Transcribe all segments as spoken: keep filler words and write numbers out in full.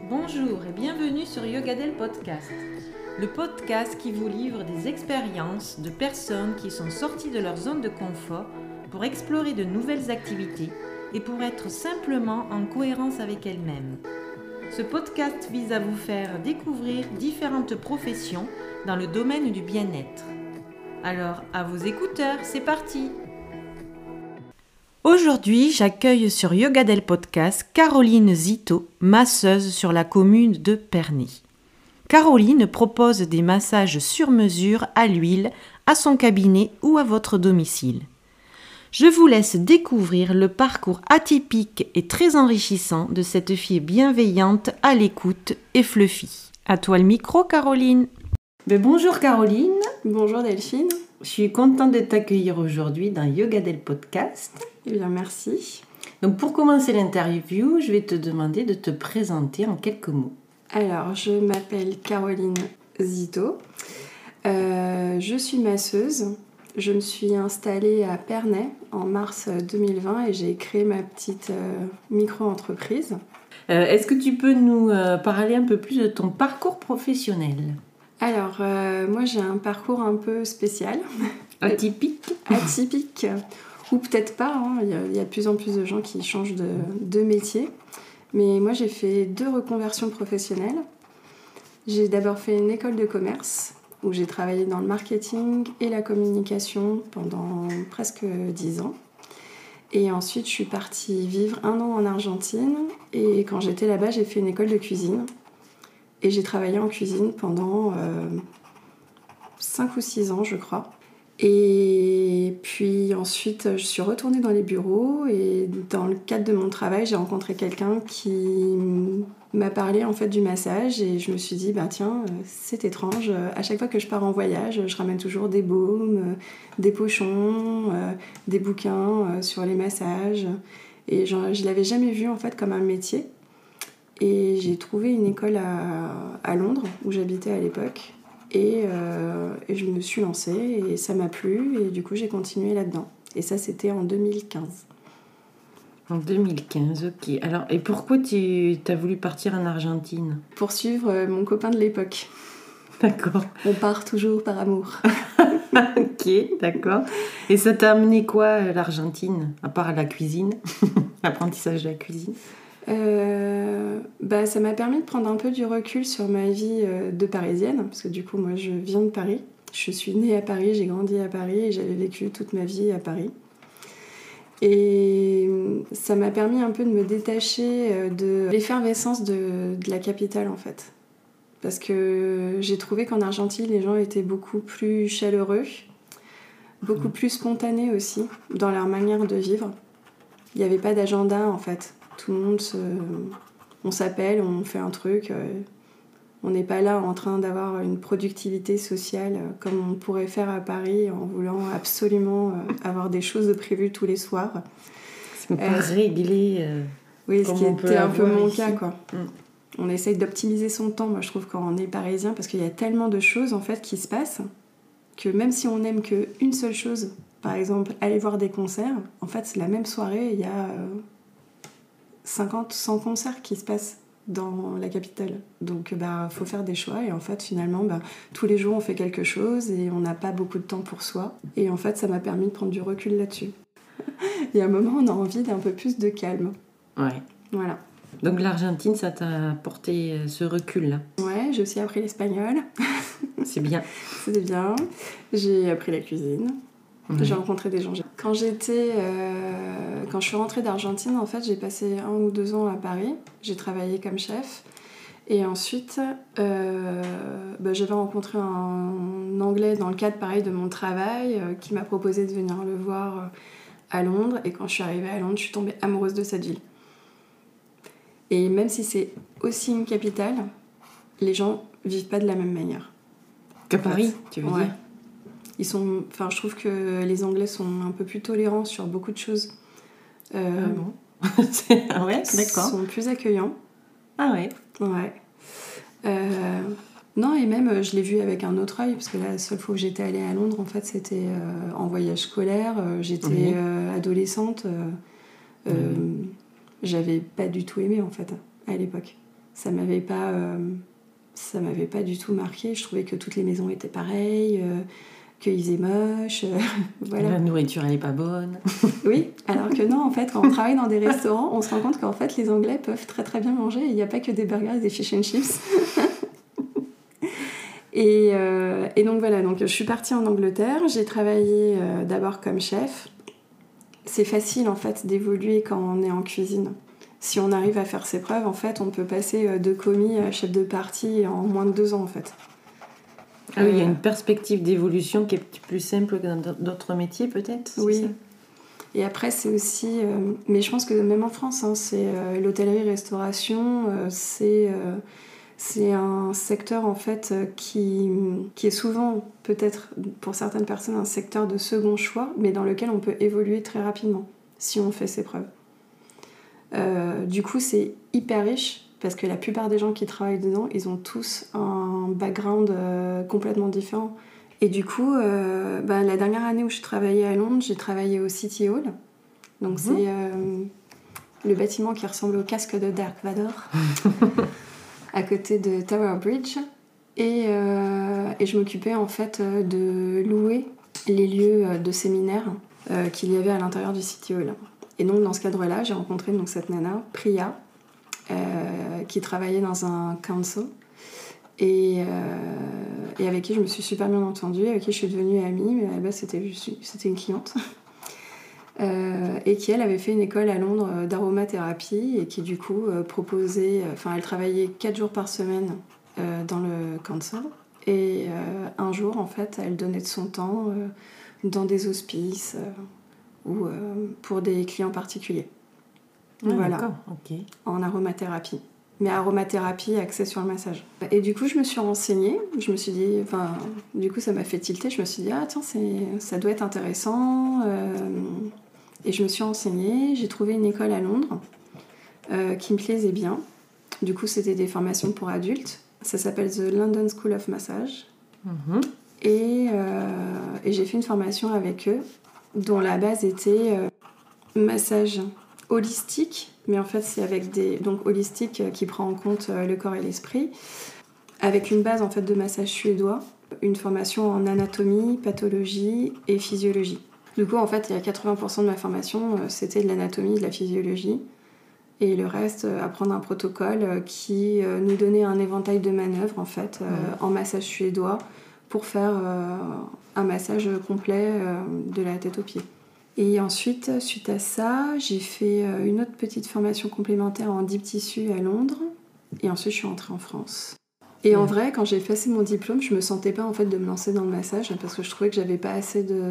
Bonjour et bienvenue sur Yogadel Podcast, le podcast qui vous livre des expériences de personnes qui sont sorties de leur zone de confort pour explorer de nouvelles activités et pour être simplement en cohérence avec elles-mêmes. Ce podcast vise à vous faire découvrir différentes professions dans le domaine du bien-être. Alors, à vos écouteurs, c'est parti! Aujourd'hui, j'accueille sur Yogadel Podcast Caroline Zito, masseuse sur la commune de Pernay. Caroline propose des massages sur mesure à l'huile, à son cabinet ou à votre domicile. Je vous laisse découvrir le parcours atypique et très enrichissant de cette fille bienveillante, à l'écoute et fluffy. À toi le micro, Caroline. Ben bonjour Caroline. Bonjour Delphine. Je suis contente de t'accueillir aujourd'hui dans Yogadel Podcast. Eh bien, merci. Donc, pour commencer l'interview, je vais te demander de te présenter en quelques mots. Alors, je m'appelle Caroline Zito. Euh, je suis masseuse. Je me suis installée à Pernay en mars deux mille vingt et j'ai créé ma petite euh, micro-entreprise. Euh, est-ce que tu peux nous euh, parler un peu plus de ton parcours professionnel ? Alors, euh, moi, j'ai un parcours un peu spécial. Atypique. Atypique. Ou peut-être pas, hein. il, y a, il y a de plus en plus de gens qui changent de, de métier. Mais moi, j'ai fait deux reconversions professionnelles. J'ai d'abord fait une école de commerce où j'ai travaillé dans le marketing et la communication pendant presque dix ans. Et ensuite, je suis partie vivre un an en Argentine. Et quand j'étais là-bas, j'ai fait une école de cuisine. Et j'ai travaillé en cuisine pendant euh, cinq ou six ans, je crois. Et puis ensuite, je suis retournée dans les bureaux et dans le cadre de mon travail, j'ai rencontré quelqu'un qui m'a parlé en fait du massage et je me suis dit, bah tiens, c'est étrange, à chaque fois que je pars en voyage, je ramène toujours des baumes, des pochons, des bouquins sur les massages et je ne l'avais jamais vu en fait comme un métier. Et j'ai trouvé une école à, à Londres où j'habitais à l'époque. Et, euh, et je me suis lancée et ça m'a plu et du coup j'ai continué là-dedans. Et ça c'était en deux mille quinze. En deux mille quinze, ok. Alors, et pourquoi tu as voulu partir en Argentine ? Pour suivre mon copain de l'époque. D'accord. On part toujours par amour. Ok, d'accord. Et ça t'a amené quoi l'Argentine, à part la cuisine, l'apprentissage de la cuisine ? Euh, bah, ça m'a permis de prendre un peu du recul sur ma vie de parisienne, parce que du coup, moi, je viens de Paris. Je suis née à Paris, j'ai grandi à Paris et j'avais vécu toute ma vie à Paris. Et ça m'a permis un peu de me détacher de l'effervescence de, de la capitale, en fait. Parce que j'ai trouvé qu'en Argentine, les gens étaient beaucoup plus chaleureux, beaucoup plus spontanés aussi, dans leur manière de vivre. Il n'y avait pas d'agenda, en fait. Tout le monde, se... on s'appelle, on fait un truc. Euh... On n'est pas là en train d'avoir une productivité sociale euh, comme on pourrait faire à Paris en voulant absolument euh, avoir des choses prévues tous les soirs. C'est pas euh... réglé. Euh, oui, ce qui était un peu mon ici. cas, quoi. Mm. On essaye d'optimiser son temps, moi je trouve, quand on est parisien, parce qu'il y a tellement de choses en fait qui se passent que même si on n'aime qu'une seule chose, par exemple aller voir des concerts, en fait c'est la même soirée, il y a euh, cinquante, cent concerts qui se passent dans la capitale. Donc, bah, faut faire des choix. Et en fait, finalement, bah, tous les jours, on fait quelque chose et on n'a pas beaucoup de temps pour soi. Et en fait, ça m'a permis de prendre du recul là-dessus. Il y a un moment, on a envie d'un peu plus de calme. Ouais. Voilà. Donc, l'Argentine, ça t'a apporté ce recul-là ? Ouais, j'ai aussi appris l'espagnol. C'est bien. C'était bien. J'ai appris la cuisine. Ouais. J'ai rencontré des gens. Quand j'étais, euh, quand je suis rentrée d'Argentine, en fait, j'ai passé un ou deux ans à Paris. J'ai travaillé comme chef. Et ensuite, euh, bah, j'avais rencontré un Anglais dans le cadre, pareil, de mon travail, euh, qui m'a proposé de venir le voir euh, à Londres. Et quand je suis arrivée à Londres, je suis tombée amoureuse de cette ville. Et même si c'est aussi une capitale, les gens vivent pas de la même manière. Que Paris, tu veux ouais. dire ? Ils sont, enfin, je trouve que les Anglais sont un peu plus tolérants sur beaucoup de choses. Euh, ah bon c'est... Ah ouais, d'accord. Ils sont plus accueillants. Ah ouais. Ouais. Euh, non, et même, je l'ai vu avec un autre œil, parce que la seule fois où j'étais allée à Londres, en fait, c'était euh, en voyage scolaire. J'étais oui. euh, adolescente. Euh, euh, j'avais pas du tout aimé, en fait, à l'époque. Ça m'avait pas, euh, ça m'avait pas du tout marqué. Je trouvais que toutes les maisons étaient pareilles, euh, qu'ils faisaient moche. Euh, voilà. La nourriture, elle n'est pas bonne. Oui, alors que non, en fait, quand on travaille dans des restaurants, on se rend compte qu'en fait, les Anglais peuvent très très bien manger. Il n'y a pas que des burgers et des fish and chips. et, euh, et donc voilà, donc, je suis partie en Angleterre. J'ai travaillé euh, d'abord comme chef. C'est facile, en fait, d'évoluer quand on est en cuisine. Si on arrive à faire ses preuves, en fait, on peut passer de commis à chef de partie en moins de deux ans, en fait. Ah oui, il y a une perspective d'évolution qui est plus simple que dans d'autres métiers, peut-être. Oui. Ça et après, c'est aussi... Euh, mais je pense que même en France, hein, c'est euh, l'hôtellerie-restauration, euh, c'est, euh, c'est un secteur, en fait, qui, qui est souvent, peut-être, pour certaines personnes, un secteur de second choix, mais dans lequel on peut évoluer très rapidement, si on fait ses preuves. Euh, du coup, c'est hyper riche, parce que la plupart des gens qui travaillent dedans, ils ont tous un background euh, complètement différent. Et du coup, euh, bah, la dernière année où je travaillais à Londres, j'ai travaillé au City Hall. Donc mmh. c'est euh, le bâtiment qui ressemble au casque de Dark Vador, à côté de Tower Bridge. Et, euh, et je m'occupais en fait de louer les lieux de séminaire euh, qu'il y avait à l'intérieur du City Hall. Et donc dans ce cadre-là, j'ai rencontré donc, cette nana, Priya, euh, qui travaillait dans un council. Et, euh, et avec qui je me suis super bien entendue, avec qui je suis devenue amie, mais à la base c'était, c'était une cliente. Euh, et qui elle avait fait une école à Londres d'aromathérapie et qui du coup euh, proposait, enfin elle travaillait quatre jours par semaine euh, dans le council et euh, un jour en fait elle donnait de son temps euh, dans des hospices euh, ou euh, pour des clients particuliers. Ah, voilà, d'accord, ok. En aromathérapie. Mais aromathérapie axée sur le massage. Et du coup, je me suis renseignée. Je me suis dit, enfin, du coup, ça m'a fait tilter. Je me suis dit, ah tiens, c'est, ça doit être intéressant. Euh, et je me suis renseignée. J'ai trouvé une école à Londres euh, qui me plaisait bien. Du coup, c'était des formations pour adultes. Ça s'appelle The London School of Massage. Mm-hmm. Et, euh, et j'ai fait une formation avec eux, dont la base était euh, massage holistique, mais en fait c'est avec des donc holistique qui prend en compte le corps et l'esprit, avec une base en fait de massage suédois, une formation en anatomie, pathologie et physiologie. Du coup en fait il y a quatre-vingts pour cent de ma formation c'était de l'anatomie, de la physiologie, et le reste apprendre un protocole qui nous donnait un éventail de manœuvres en fait mmh. en massage suédois pour faire un massage complet de la tête aux pieds. Et ensuite, suite à ça, j'ai fait une autre petite formation complémentaire en deep tissue à Londres. Et ensuite, je suis rentrée en France. Et en vrai, quand j'ai passé mon diplôme, je me sentais pas en fait de me lancer dans le massage parce que je trouvais que j'avais pas assez de,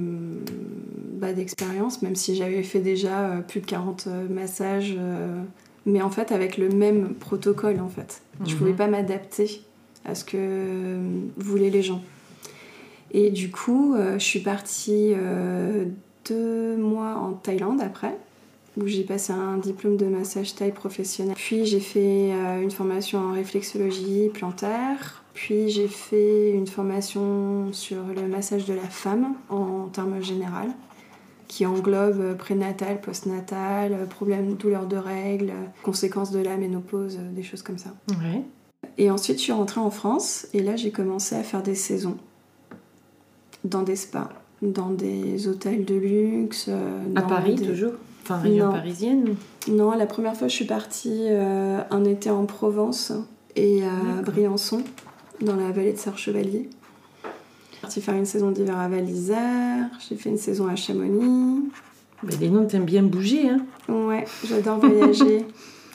bah, d'expérience, même si j'avais fait déjà plus de quarante massages. Mais en fait, avec le même protocole, en fait. Mm-hmm. Je pouvais pas m'adapter à ce que voulaient les gens. Et du coup, je suis partie... Euh, deux mois en Thaïlande après, où j'ai passé un diplôme de massage thaï professionnel. Puis j'ai fait euh, une formation en réflexologie plantaire. Puis j'ai fait une formation sur le massage de la femme en termes généraux, qui englobe prénatal, postnatal, problèmes, douleurs de règles, conséquences de la ménopause, des choses comme ça. Ouais. Et ensuite je suis rentrée en France et là j'ai commencé à faire des saisons dans des spas, dans des hôtels de luxe. À Paris, des... toujours ? Enfin, région non. parisienne ? Non, la première fois, je suis partie euh, un été en Provence et à D'accord. Briançon, dans la vallée de Serre-Chevalier. Je suis partie faire une saison d'hiver à Val-d'Isère, j'ai fait une saison à Chamonix. Ben, dis donc, t'aimes bien bouger, hein ? Ouais, j'adore voyager.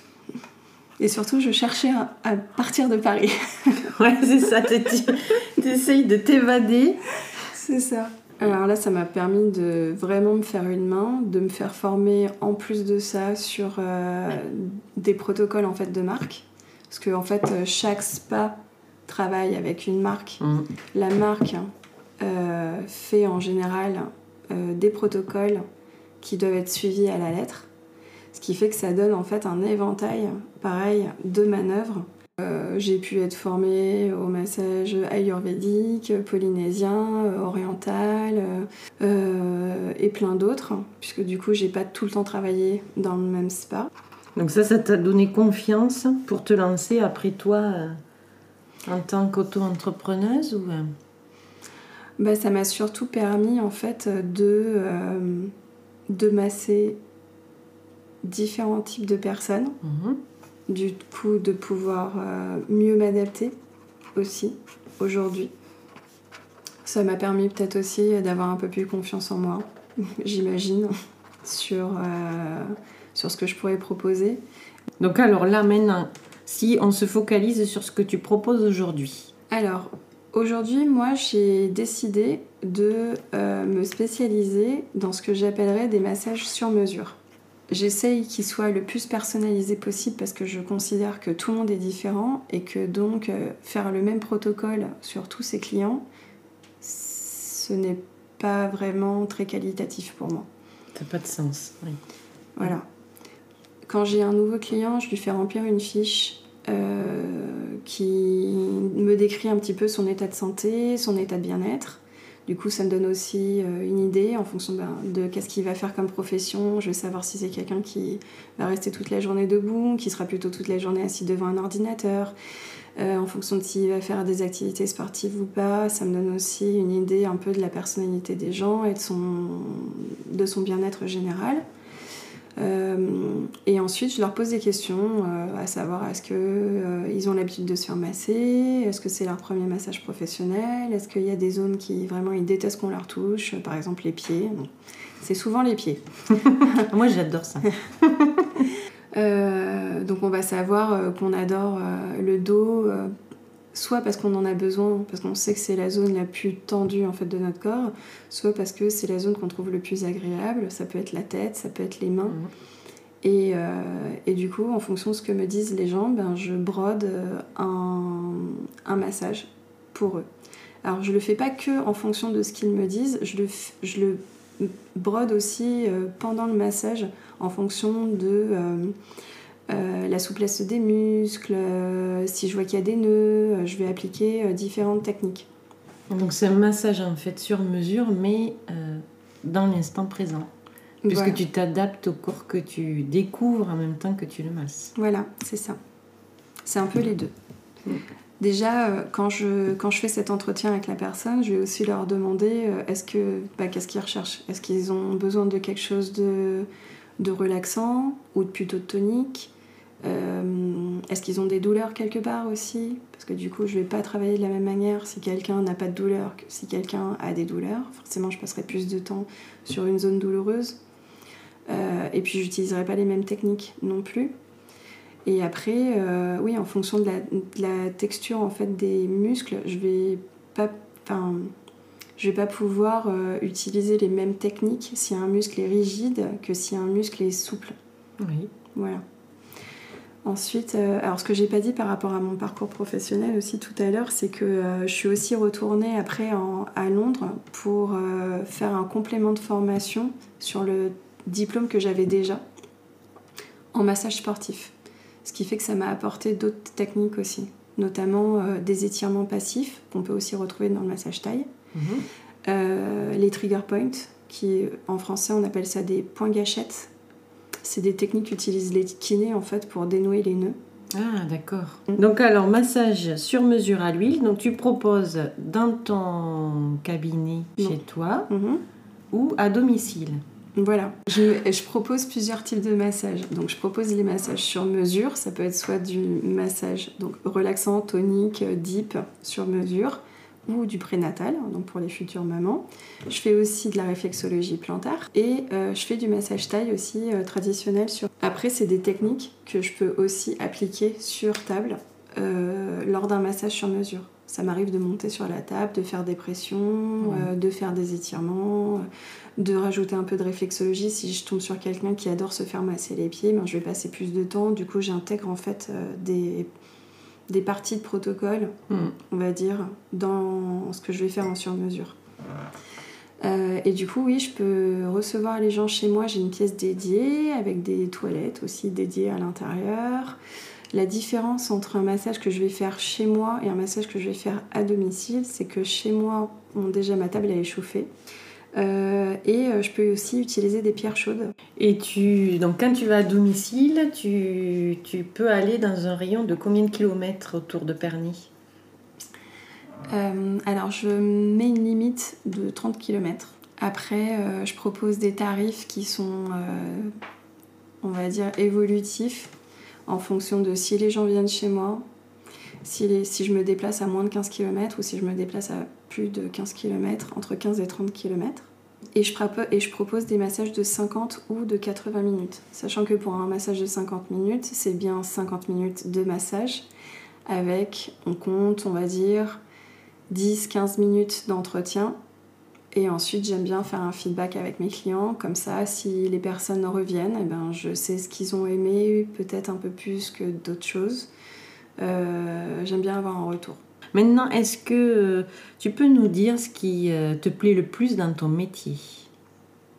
Et surtout, je cherchais à, à partir de Paris. Ouais, c'est ça, t'essayes de t'évader. C'est ça. Alors là, ça m'a permis de vraiment me faire une main, de me faire former en plus de ça sur euh, des protocoles en fait, de marque. Parce que en fait, chaque spa travaille avec une marque. Mmh. La marque euh, fait en général euh, des protocoles qui doivent être suivis à la lettre. Ce qui fait que ça donne en fait un éventail, pareil, de manœuvres. Euh, j'ai pu être formée au massage ayurvédique, polynésien, euh, oriental euh, euh, et plein d'autres, puisque du coup j'ai pas tout le temps travaillé dans le même spa. Donc ça, ça t'a donné confiance pour te lancer après toi euh, en tant qu'auto-entrepreneuse ou euh... bah, ça m'a surtout permis en fait de, euh, de masser différents types de personnes, mmh. du coup de pouvoir euh, mieux m'adapter aussi aujourd'hui. Ça m'a permis peut-être aussi d'avoir un peu plus confiance en moi, j'imagine, sur, euh, sur ce que je pourrais proposer. Donc alors là maintenant, si on se focalise sur ce que tu proposes aujourd'hui. Alors aujourd'hui, moi j'ai décidé de euh, me spécialiser dans ce que j'appellerais des massages sur mesure. J'essaye qu'ils soient le plus personnalisés possible parce que je considère que tout le monde est différent et que donc euh, faire le même protocole sur tous ses clients, ce n'est pas vraiment très qualitatif pour moi. Ça n'a pas de sens, oui. Voilà. Quand j'ai un nouveau client, je lui fais remplir une fiche euh, qui me décrit un petit peu son état de santé, son état de bien-être. Du coup, ça me donne aussi euh, une idée en fonction ben, de qu'est-ce qu'il va faire comme profession. Je vais savoir si c'est quelqu'un qui va rester toute la journée debout, qui sera plutôt toute la journée assis devant un ordinateur. Euh, en fonction de s'il va faire des activités sportives ou pas, ça me donne aussi une idée un peu de la personnalité des gens et de son, de son bien-être général. Euh, et ensuite, je leur pose des questions, euh, à savoir est-ce qu'ils euh, ont l'habitude de se faire masser, est-ce que c'est leur premier massage professionnel, est-ce qu'il y a des zones qui vraiment ils détestent qu'on leur touche, par exemple les pieds. C'est souvent les pieds. Moi, j'adore ça. euh, donc, on va savoir euh, qu'on adore euh, le dos, euh, soit parce qu'on en a besoin, parce qu'on sait que c'est la zone la plus tendue en fait, de notre corps, soit parce que c'est la zone qu'on trouve le plus agréable. Ça peut être la tête, ça peut être les mains. Mmh. Et, euh, et du coup, en fonction de ce que me disent les gens, ben, je brode un, un massage pour eux. Alors, je le fais pas que en fonction de ce qu'ils me disent, je le, je le brode aussi euh, pendant le massage en fonction de... Euh, Euh, la souplesse des muscles, euh, si je vois qu'il y a des nœuds, euh, je vais appliquer euh, différentes techniques. Donc c'est un massage en fait sur mesure, mais euh, dans l'instant présent, puisque voilà. Tu t'adaptes au corps que tu découvres en même temps que tu le masses. Voilà, c'est ça. C'est un peu les deux. Mmh. Déjà, euh, quand, je, quand je fais cet entretien avec la personne, je vais aussi leur demander euh, est-ce que, bah, qu'est-ce qu'ils recherchent. Est-ce qu'ils ont besoin de quelque chose de, de relaxant ou plutôt de tonique? Euh, est-ce qu'ils ont des douleurs quelque part aussi? Parce que du coup, je ne vais pas travailler de la même manière si quelqu'un n'a pas de douleur que si quelqu'un a des douleurs. Forcément, je passerai plus de temps sur une zone douloureuse. Euh, et puis, je n'utiliserai pas les mêmes techniques non plus. Et après, euh, oui, en fonction de la, de la texture en fait, des muscles, je ne vais pas... Enfin, je vais pas pouvoir euh, utiliser les mêmes techniques si un muscle est rigide que si un muscle est souple. Oui. Voilà. Ensuite, euh, alors ce que j'ai pas dit par rapport à mon parcours professionnel aussi tout à l'heure, c'est que euh, je suis aussi retournée après en, à Londres pour euh, faire un complément de formation sur le diplôme que j'avais déjà en massage sportif. Ce qui fait que ça m'a apporté d'autres techniques aussi, notamment euh, des étirements passifs qu'on peut aussi retrouver dans le massage taille, mmh. euh, les trigger points, qui en français on appelle ça des points gâchettes. C'est des techniques qu'utilisent les kinés en fait pour dénouer les nœuds. Ah d'accord. Mmh. Donc alors massage sur mesure à l'huile. Donc tu proposes dans ton cabinet non. Chez toi mmh. ou à domicile. Voilà. Je, je propose plusieurs types de massages. Donc je propose les massages sur mesure. Ça peut être soit du massage donc relaxant, tonique, deep sur mesure, ou du prénatal, donc pour les futures mamans. Je fais aussi de la réflexologie plantaire et euh, je fais du massage taille aussi euh, traditionnel. Sur... Après, c'est des techniques que je peux aussi appliquer sur table euh, lors d'un massage sur mesure. Ça m'arrive de monter sur la table, de faire des pressions, mmh. euh, de faire des étirements, de rajouter un peu de réflexologie. Si je tombe sur quelqu'un qui adore se faire masser les pieds, ben, je vais passer plus de temps. Du coup, j'intègre en fait euh, des... des parties de protocole, mmh. on va dire, dans ce que je vais faire en sur-mesure. Euh, et du coup, oui, je peux recevoir les gens chez moi. J'ai une pièce dédiée avec des toilettes aussi dédiées à l'intérieur. La différence entre un massage que je vais faire chez moi et un massage que je vais faire à domicile, c'est que chez moi, bon, déjà ma table elle est chauffée. Euh, et euh, je peux aussi utiliser des pierres chaudes. Et tu, donc quand tu vas à domicile, tu, tu peux aller dans un rayon de combien de kilomètres autour de Pernis ? Euh, alors, je mets une limite de trente kilomètres. Après, euh, je propose des tarifs qui sont, euh, on va dire, évolutifs en fonction de si les gens viennent chez moi, si, les, si je me déplace à moins de quinze kilomètres ou si je me déplace à plus de quinze kilomètres, entre quinze et trente kilomètres. Et je, et je propose des massages de cinquante ou de quatre-vingts minutes. Sachant que pour un massage de cinquante minutes, c'est bien cinquante minutes de massage avec, on compte, on va dire, dix à quinze minutes d'entretien. Et ensuite, j'aime bien faire un feedback avec mes clients. Comme ça, si les personnes reviennent, eh ben, je sais ce qu'ils ont aimé, peut-être un peu plus que d'autres choses. Euh, j'aime bien avoir un retour. Maintenant, est-ce que tu peux nous dire ce qui te plaît le plus dans ton métier aujourd'hui ?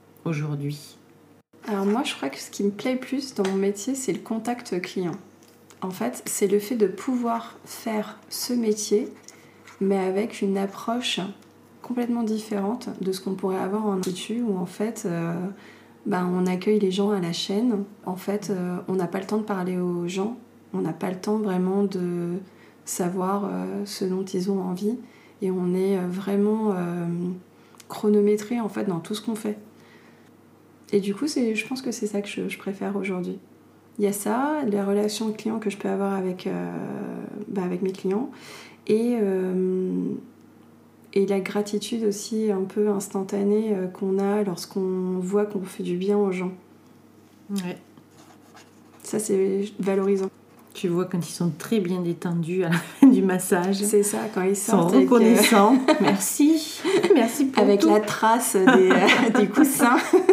Alors moi, je crois que ce qui me plaît le plus dans mon métier, c'est le contact client. En fait, c'est le fait de pouvoir faire ce métier, mais avec une approche complètement différente de ce qu'on pourrait avoir en institut, où en fait, euh, ben, on accueille les gens à la chaîne. En fait, euh, on n'a pas le temps de parler aux gens, on n'a pas le temps vraiment de savoir euh, ce dont ils ont envie, et on est vraiment euh, chronométré en fait dans tout ce qu'on fait. Et du coup, c'est, je pense que c'est ça que je, je préfère aujourd'hui. Il y a ça, les relations clients que je peux avoir avec, euh, bah avec mes clients, et, euh, et la gratitude aussi un peu instantanée euh, qu'on a lorsqu'on voit qu'on fait du bien aux gens. Ouais. Ça, c'est valorisant. Tu vois quand ils sont très bien détendus à la fin du massage. C'est ça, quand ils sortent. Ils sont reconnaissants. Que... Merci. Merci pour avec tout. la trace des, euh, des coussins.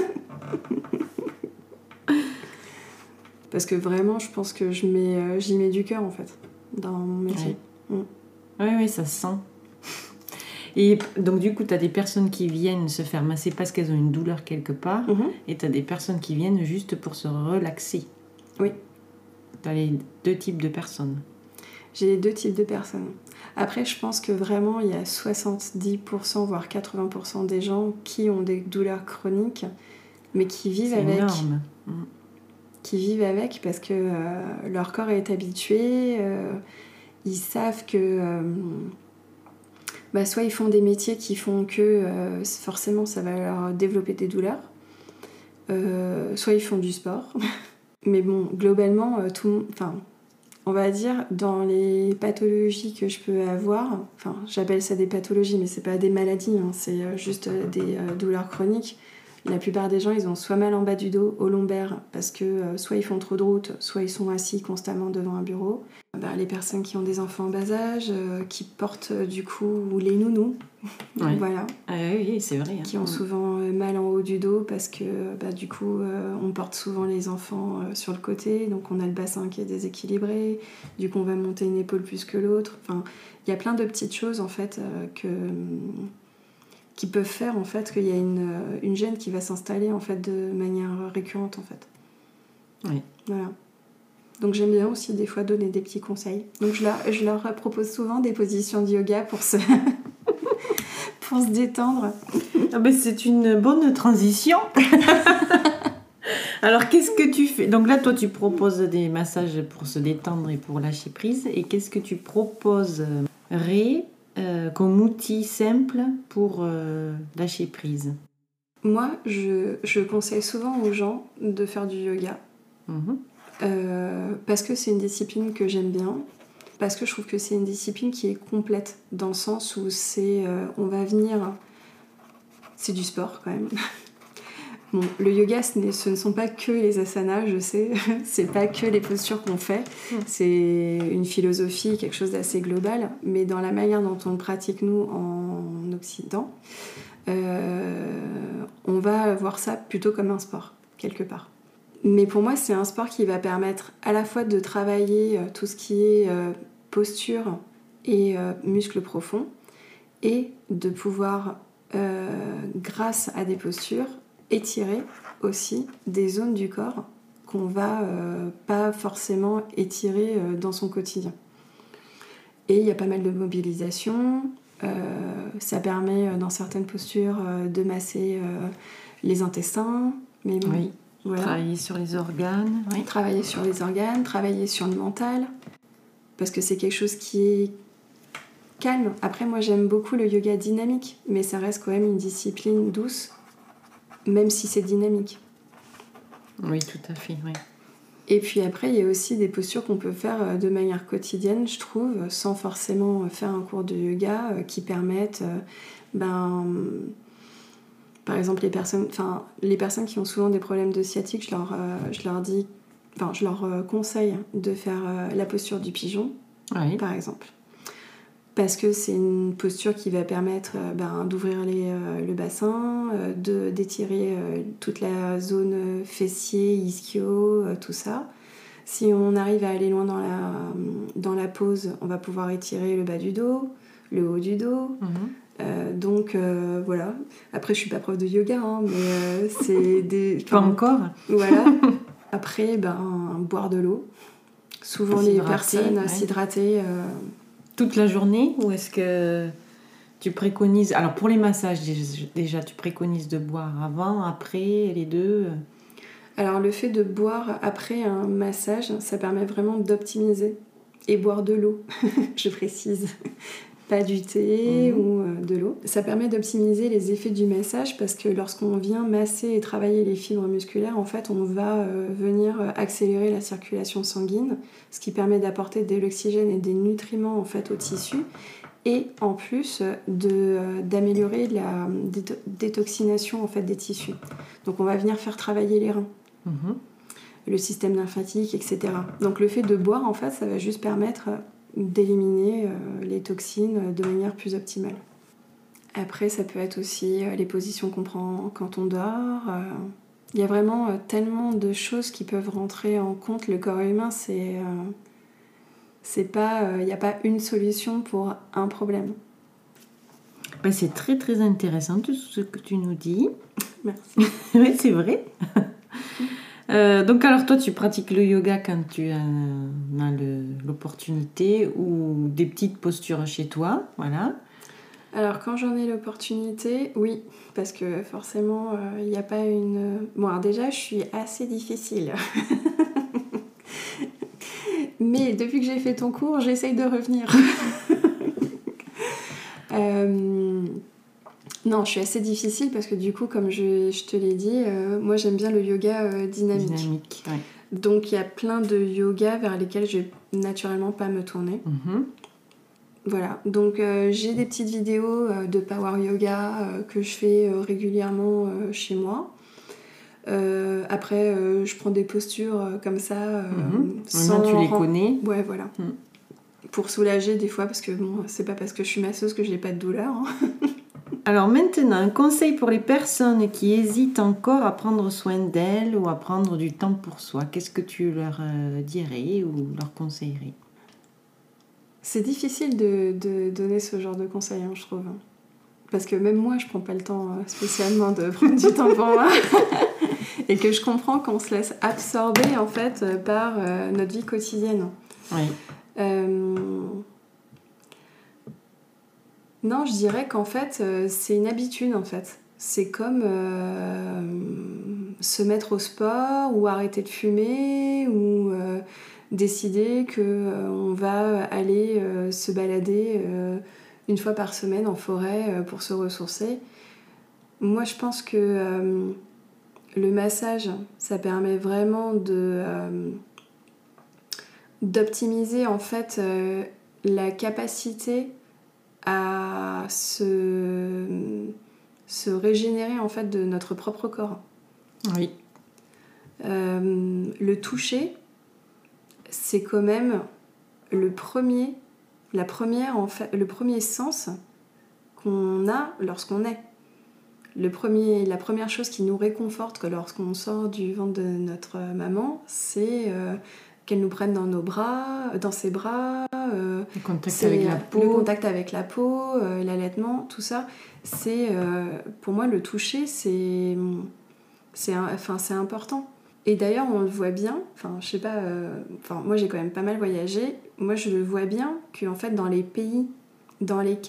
Parce que vraiment, je pense que je mets, euh, j'y mets du cœur, en fait, dans mon métier. Oui, mm. oui, oui, ça se sent. Et donc, du coup, tu as des personnes qui viennent se faire masser parce qu'elles ont une douleur quelque part, Mm-hmm. et tu as des personnes qui viennent juste pour se relaxer. Oui. Tu as les deux types de personnes. J'ai les deux types de personnes. Après, je pense que vraiment, il y a soixante-dix pour cent, voire quatre-vingts pour cent des gens qui ont des douleurs chroniques, mais qui vivent C'est avec... énorme. Mm. qui vivent avec parce que euh, leur corps est habitué, euh, ils savent que euh, bah, soit ils font des métiers qui font que euh, forcément ça va leur développer des douleurs, euh, soit ils font du sport. Mais bon, globalement, euh, tout, enfin, on va dire dans les pathologies que je peux avoir, enfin j'appelle ça des pathologies, mais c'est pas des maladies, hein, c'est euh, juste euh, des euh, douleurs chroniques. La plupart des gens, ils ont soit mal en bas du dos, au lombaire, parce que euh, soit ils font trop de route, soit ils sont assis constamment devant un bureau. Bah, les personnes qui ont des enfants en bas âge, euh, qui portent euh, du coup les nounous, ouais. voilà, ah, oui, c'est vrai. Hein. Qui ont souvent euh, mal en haut du dos parce que bah, du coup, euh, on porte souvent les enfants euh, sur le côté, donc on a le bassin qui est déséquilibré, du coup on va monter une épaule plus que l'autre. Enfin, il y a plein de petites choses en fait euh, que... qui peuvent faire en fait qu'il y a une, une gêne qui va s'installer en fait de manière récurrente en fait. Oui. Voilà. Donc j'aime bien aussi des fois donner des petits conseils. Donc je leur, je leur propose souvent des positions de yoga pour se, pour se détendre. Ah ben c'est une bonne transition. Alors qu'est-ce que tu fais ? Donc là toi tu proposes des massages pour se détendre et pour lâcher prise. Et qu'est-ce que tu proposerais Euh, comme outil simple pour euh, lâcher prise? Moi, je, je conseille souvent aux gens de faire du yoga. Mmh. Euh, parce que c'est une discipline que j'aime bien. Parce que je trouve que c'est une discipline qui est complète, dans le sens où c'est, euh, on va venir... C'est du sport, quand même. Bon, le yoga, ce, n'est, ce ne sont pas que les asanas, je sais. C'est pas que les postures qu'on fait. Mmh. C'est une philosophie, quelque chose d'assez global. Mais dans la manière dont on le pratique, nous, en Occident, euh, on va voir ça plutôt comme un sport, quelque part. Mais pour moi, c'est un sport qui va permettre à la fois de travailler euh, tout ce qui est euh, posture et euh, muscles profonds, et de pouvoir, euh, grâce à des postures, étirer aussi des zones du corps qu'on va euh, pas forcément étirer euh, dans son quotidien. Et il y a pas mal de mobilisation, Euh, ça permet, dans certaines postures, euh, de masser euh, les intestins. Mais bon, Oui. voilà. Travailler sur les organes. Oui. Travailler sur les organes, travailler sur le mental. Parce que c'est quelque chose qui est calme. Après, moi, j'aime beaucoup le yoga dynamique. Mais ça reste quand même une discipline douce, même si c'est dynamique. Oui, tout à fait, oui. Et puis après, il y a aussi des postures qu'on peut faire de manière quotidienne, je trouve, sans forcément faire un cours de yoga, qui permettent, ben, par exemple, les personnes, enfin, les personnes qui ont souvent des problèmes de sciatique, je leur, euh, je leur dis, enfin, je leur conseille de faire la posture du pigeon, oui. par exemple. Parce que c'est une posture qui va permettre ben, d'ouvrir les, euh, le bassin, euh, de, d'étirer euh, toute la zone fessier, ischio, euh, tout ça. Si on arrive à aller loin dans la, dans la pose, on va pouvoir étirer le bas du dos, le haut du dos. Mm-hmm. Euh, donc euh, voilà. Après, je suis pas prof de yoga, hein, mais euh, c'est des. Pas encore. Voilà. Après, ben, boire de l'eau. Souvent, les personnes ouais. s'hydrater. Euh, Toute la journée, ou est-ce que tu préconises... Alors pour les massages, déjà, tu préconises de boire avant, après, les deux? Alors le fait de boire après un massage, ça permet vraiment d'optimiser. Et boire de l'eau, je précise. Pas du thé mmh. ou euh, de l'eau. Ça permet d'optimiser les effets du massage parce que lorsqu'on vient masser et travailler les fibres musculaires, en fait, on va euh, venir accélérer la circulation sanguine, ce qui permet d'apporter de l'oxygène et des nutriments en fait au tissu, et en plus de, euh, d'améliorer la déto- détoxination en fait des tissus. Donc, on va venir faire travailler les reins. Mmh. Le système lymphatique, et cetera. Donc, le fait de boire, en fait, ça va juste permettre d'éliminer euh, les toxines de manière plus optimale. Après, ça peut être aussi euh, les positions qu'on prend quand on dort. Il euh, y a vraiment euh, tellement de choses qui peuvent rentrer en compte. Le corps humain, c'est, euh, c'est pas, il n'y a pas une solution pour un problème. Ben, c'est très très intéressant tout ce que tu nous dis. Merci. Oui, c'est vrai. Euh, donc alors toi tu pratiques le yoga quand tu as, as le, l'opportunité ou des petites postures chez toi, voilà. Alors quand j'en ai l'opportunité, oui, parce que forcément il euh, n'y a pas une... Bon alors déjà je suis assez difficile. Mais depuis que j'ai fait ton cours, j'essaye de revenir. euh... Non, je suis assez difficile parce que du coup, comme je, je te l'ai dit, euh, moi j'aime bien le yoga euh, dynamique. Dynamique, ouais. Donc il y a plein de yogas vers lesquels je vais naturellement pas me tourner. Mm-hmm. Voilà, donc euh, j'ai des petites vidéos euh, de power yoga euh, que je fais euh, régulièrement euh, chez moi. Euh, après, euh, je prends des postures euh, comme ça. Euh, mm-hmm. Sans... tu les connais. Ouais, voilà. Mm. Pour soulager des fois, parce que bon, c'est pas parce que je suis masseuse que j'ai pas de douleur. Hein. Alors maintenant, un conseil pour les personnes qui hésitent encore à prendre soin d'elles ou à prendre du temps pour soi. Qu'est-ce que tu leur euh, dirais ou leur conseillerais ? C'est difficile de, de donner ce genre de conseils, hein, je trouve. Parce que même moi, je prends pas le temps euh, spécialement de prendre du temps pour moi. Et que je comprends qu'on se laisse absorber, en fait, par euh, notre vie quotidienne. Oui. Euh... Non, je dirais qu'en fait, euh, c'est une habitude, en fait. C'est comme euh, se mettre au sport ou arrêter de fumer ou euh, décider qu'on euh, va aller euh, se balader euh, une fois par semaine en forêt euh, pour se ressourcer. Moi, je pense que euh, le massage, ça permet vraiment de, euh, d'optimiser en fait euh, la capacité à se, se régénérer en fait de notre propre corps. Oui. Euh, le toucher, c'est quand même le premier, la première en fait, le premier sens qu'on a lorsqu'on est. Le premier, la première chose qui nous réconforte que lorsqu'on sort du ventre de notre maman, c'est euh, qu'elle nous prenne dans nos bras, dans ses bras. Euh, le contact avec la peau. Le contact avec la peau, euh, l'allaitement, tout ça. C'est, euh, pour moi, le toucher, c'est, c'est, enfin, c'est important. Et d'ailleurs, on le voit bien, enfin, je sais pas, euh, enfin, moi j'ai quand même pas mal voyagé, moi je le vois bien qu'en fait, dans les pays dans lesquels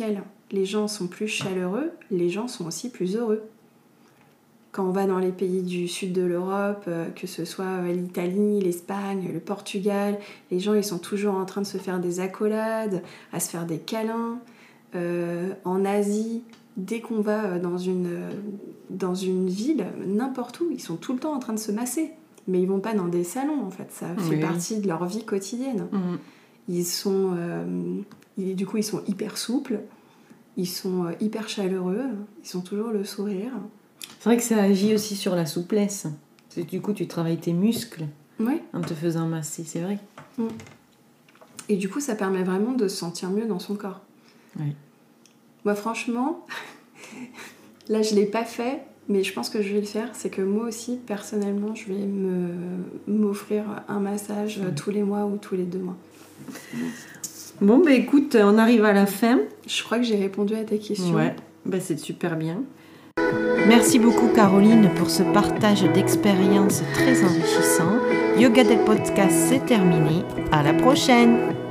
les gens sont plus chaleureux, les gens sont aussi plus heureux. Quand on va dans les pays du sud de l'Europe, euh, que ce soit euh, l'Italie, l'Espagne, le Portugal, les gens ils sont toujours en train de se faire des accolades, à se faire des câlins. Euh, en Asie, dès qu'on va dans une, euh, dans une ville, n'importe où, ils sont tout le temps en train de se masser. Mais ils vont pas dans des salons, en fait. Ça fait oui. partie de leur vie quotidienne. Mmh. Ils sont, euh, ils, du coup, ils sont hyper souples, ils sont hyper chaleureux, ils ont toujours le sourire. C'est vrai que ça agit aussi sur la souplesse. Parce que du coup, tu travailles tes muscles ouais. en te faisant masser, c'est vrai. Mmh. Et du coup, ça permet vraiment de se sentir mieux dans son corps. Oui. Moi, franchement, là, je ne l'ai pas fait, mais je pense que je vais le faire. C'est que moi aussi, personnellement, je vais me, m'offrir un massage mmh. tous les mois ou tous les deux mois. Bon, bah écoute, on arrive à la fin. Je crois que j'ai répondu à tes questions. Ouais, bah c'est super bien. Merci beaucoup Caroline pour ce partage d'expériences très enrichissant. Yoga del Podcast, c'est terminé. À la prochaine!